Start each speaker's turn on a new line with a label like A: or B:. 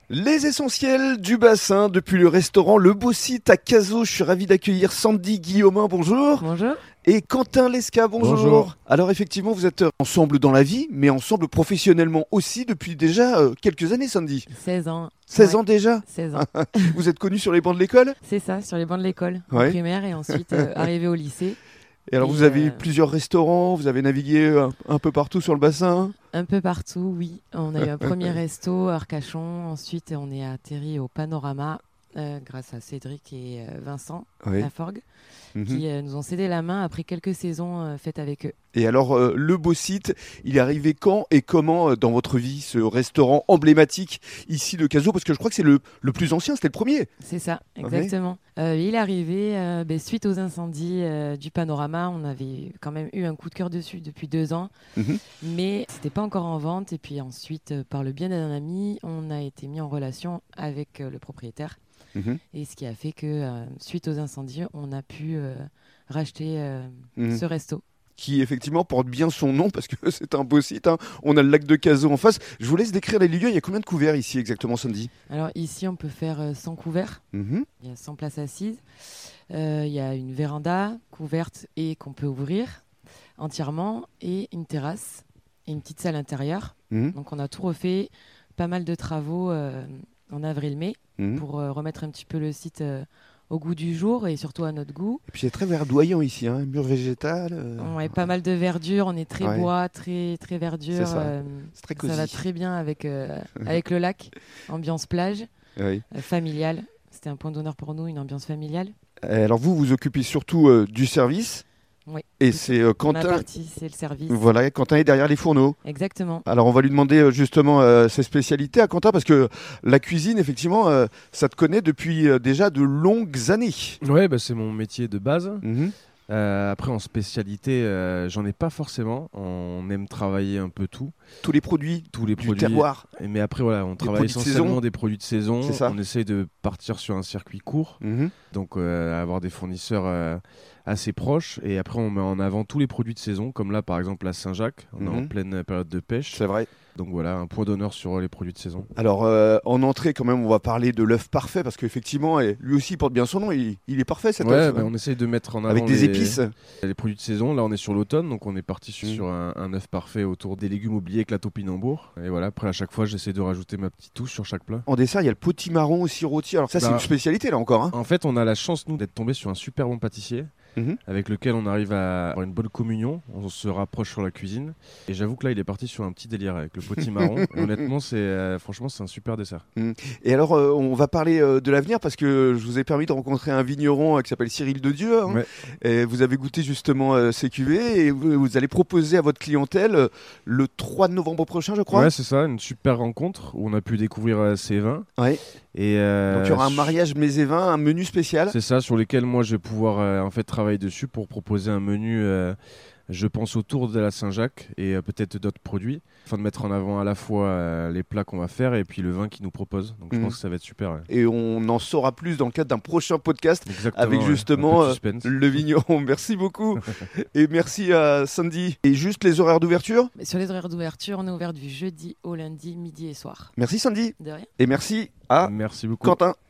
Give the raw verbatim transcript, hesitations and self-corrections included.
A: Les essentiels du bassin depuis le restaurant Le Beau Site à Cazaux. Je suis ravi d'accueillir Sandy Guillaumin, bonjour.
B: Bonjour.
A: Et Quentin Lesca, bonjour.
C: Bonjour.
A: Alors effectivement, vous êtes ensemble dans la vie, mais ensemble professionnellement aussi depuis déjà euh, quelques années, Sandy.
B: seize ans.
A: seize
B: Ouais.
A: ans déjà.
B: seize ans.
A: Vous êtes connus sur les bancs de l'école.
B: C'est ça, sur les bancs de l'école,
A: Ouais.
B: en primaire et ensuite euh, arrivé au lycée.
A: Et alors
B: Et
A: vous avez
B: euh,
A: eu plusieurs restaurants, vous avez navigué un, un peu partout sur le bassin.
B: Un peu partout, oui. On a eu un premier resto à Arcachon. Ensuite, on est atterri au Panorama euh, grâce à Cédric et euh, Vincent
A: Oui.
B: Laforgue
A: Mhm.
B: qui euh, nous ont cédé la main après quelques saisons euh, faites avec eux.
A: Et alors, euh, Le Beau Site, il est arrivé quand et comment euh, dans votre vie, ce restaurant emblématique ici de Cazaux? Parce que je crois que c'est le, le plus ancien, c'était le premier.
B: C'est ça, exactement. Euh, il est arrivé euh, ben, suite aux incendies euh, du Panorama. On avait quand même eu un coup de cœur dessus depuis deux ans,
A: Mhm.
B: mais c'était pas encore en vente. Et puis ensuite, euh, par le bien d'un ami, on a été mis en relation avec euh, le propriétaire.
A: Mhm.
B: Et ce qui a fait que, euh, suite aux incendies, on a pu euh, racheter euh,
A: Mhm.
B: ce resto.
A: Qui effectivement porte bien son nom parce que c'est un beau site. Hein. On a le lac de Cazaux en face. Je vous laisse décrire les lieux. Il y a combien de couverts ici exactement, Sandy?
B: Alors ici, on peut faire euh, cent couverts.
A: Mhm.
B: Il y a cent places assises. Euh, il y a une véranda couverte et qu'on peut ouvrir entièrement. Et une terrasse et une petite salle intérieure.
A: Mhm.
B: Donc on a tout refait. Pas mal de travaux euh, en avril-mai
A: Mhm.
B: pour euh, remettre un petit peu le site euh, au goût du jour et surtout à notre goût.
A: Et puis c'est très verdoyant ici, hein. Mur végétal. euh,
B: Ouais, pas mal de verdure, on est très
A: Ouais.
B: bois, très, très verdure.
A: C'est ça.
B: euh,
A: C'est très
B: ça
A: cosy.
B: va très bien avec, euh, avec le lac, ambiance plage,
A: Oui.
B: euh, familiale. C'était un point d'honneur pour nous, une ambiance familiale.
A: Euh, Alors vous, vous occupez surtout euh, du service.
B: Oui.
A: Et c'est euh,
B: Ma
A: Quentin.
B: partie, c'est le service.
A: Voilà, Quentin est derrière les fourneaux.
B: Exactement.
A: Alors on va lui demander euh, justement euh, ses spécialités à Quentin parce que la cuisine, effectivement, euh, ça te connaît depuis euh, déjà de longues années.
C: Ouais, bah, c'est mon métier de base.
A: Mhm.
C: Euh, après, en spécialité, euh, j'en ai pas forcément. On aime travailler un peu tout,
A: Tous les produits
C: tous les
A: du
C: produits.
A: terroir.
C: Et- Mais après, voilà, on travaille
A: produits de
C: essentiellement
A: saison.
C: des produits de saison.
A: C'est ça.
C: On essaye de partir sur un circuit court,
A: Mhm.
C: donc euh, avoir des fournisseurs euh, assez proches. Et après, on met en avant tous les produits de saison, comme là, par exemple, à Saint-Jacques. On est en
A: Mhm.
C: pleine période de pêche.
A: C'est vrai.
C: Donc voilà, un point d'honneur sur les produits de saison.
A: Alors euh, en entrée quand même on va parler de l'œuf parfait parce qu'effectivement et lui aussi il porte bien son nom, il, il est parfait cet
C: Ouais,
A: œuf.
C: bah,
A: hein.
C: on essaye de mettre en avant
A: Avec des
C: les,
A: épices.
C: les produits de saison. Là, on est sur l'automne, donc on est parti sur,
A: Mm.
C: sur un, un œuf parfait autour des légumes oubliés avec la topinambour. Et voilà, après à chaque fois, j'essaie de rajouter ma petite touche sur chaque plat.
A: En dessert il y a le potimarron aussi rôti. Alors ça c'est
C: Bah,
A: une spécialité là encore. Hein.
C: En fait, on a la chance, nous, d'être tombé sur un super bon pâtissier
A: Mhm.
C: avec lequel on arrive à avoir une bonne communion. On se rapproche sur la cuisine. Et j'avoue que là, il est parti sur un petit délire avec le potimarron. Et honnêtement, c'est euh, franchement, c'est un super dessert.
A: Et alors euh, on va parler euh, de l'avenir parce que je vous ai permis de rencontrer un vigneron euh, qui s'appelle Cyril de Dieu. Hein.
C: Ouais.
A: Et vous avez goûté justement euh, ces cuvées et vous, vous allez proposer à votre clientèle euh, le trois novembre prochain je crois.
C: Ouais, c'est ça, une super rencontre où on a pu découvrir euh, ces vins.
A: Ouais.
C: Et euh,
A: Donc il y aura un mariage mets et vins, un menu spécial.
C: C'est ça, sur lesquels moi je vais pouvoir euh, en fait travailler dessus pour proposer un menu, euh, je pense autour de la Saint-Jacques et euh, peut-être d'autres produits, afin de mettre en avant à la fois euh, les plats qu'on va faire et puis le vin qu'ils nous proposent. Donc je
A: Mhm.
C: pense que ça va être super. Ouais.
A: Et on en saura plus dans le cadre d'un prochain podcast
C: Exactement,
A: avec
C: ouais.
A: justement
C: Un peu de
A: euh,
C: suspense.
A: le vigneron. Merci beaucoup. Et merci à Sandy. Et juste les horaires d'ouverture.
B: Mais sur les horaires d'ouverture, on est ouvert du jeudi au lundi, midi et soir.
A: Merci Sandy.
B: De rien.
A: Et merci à
C: Merci beaucoup.
A: Quentin.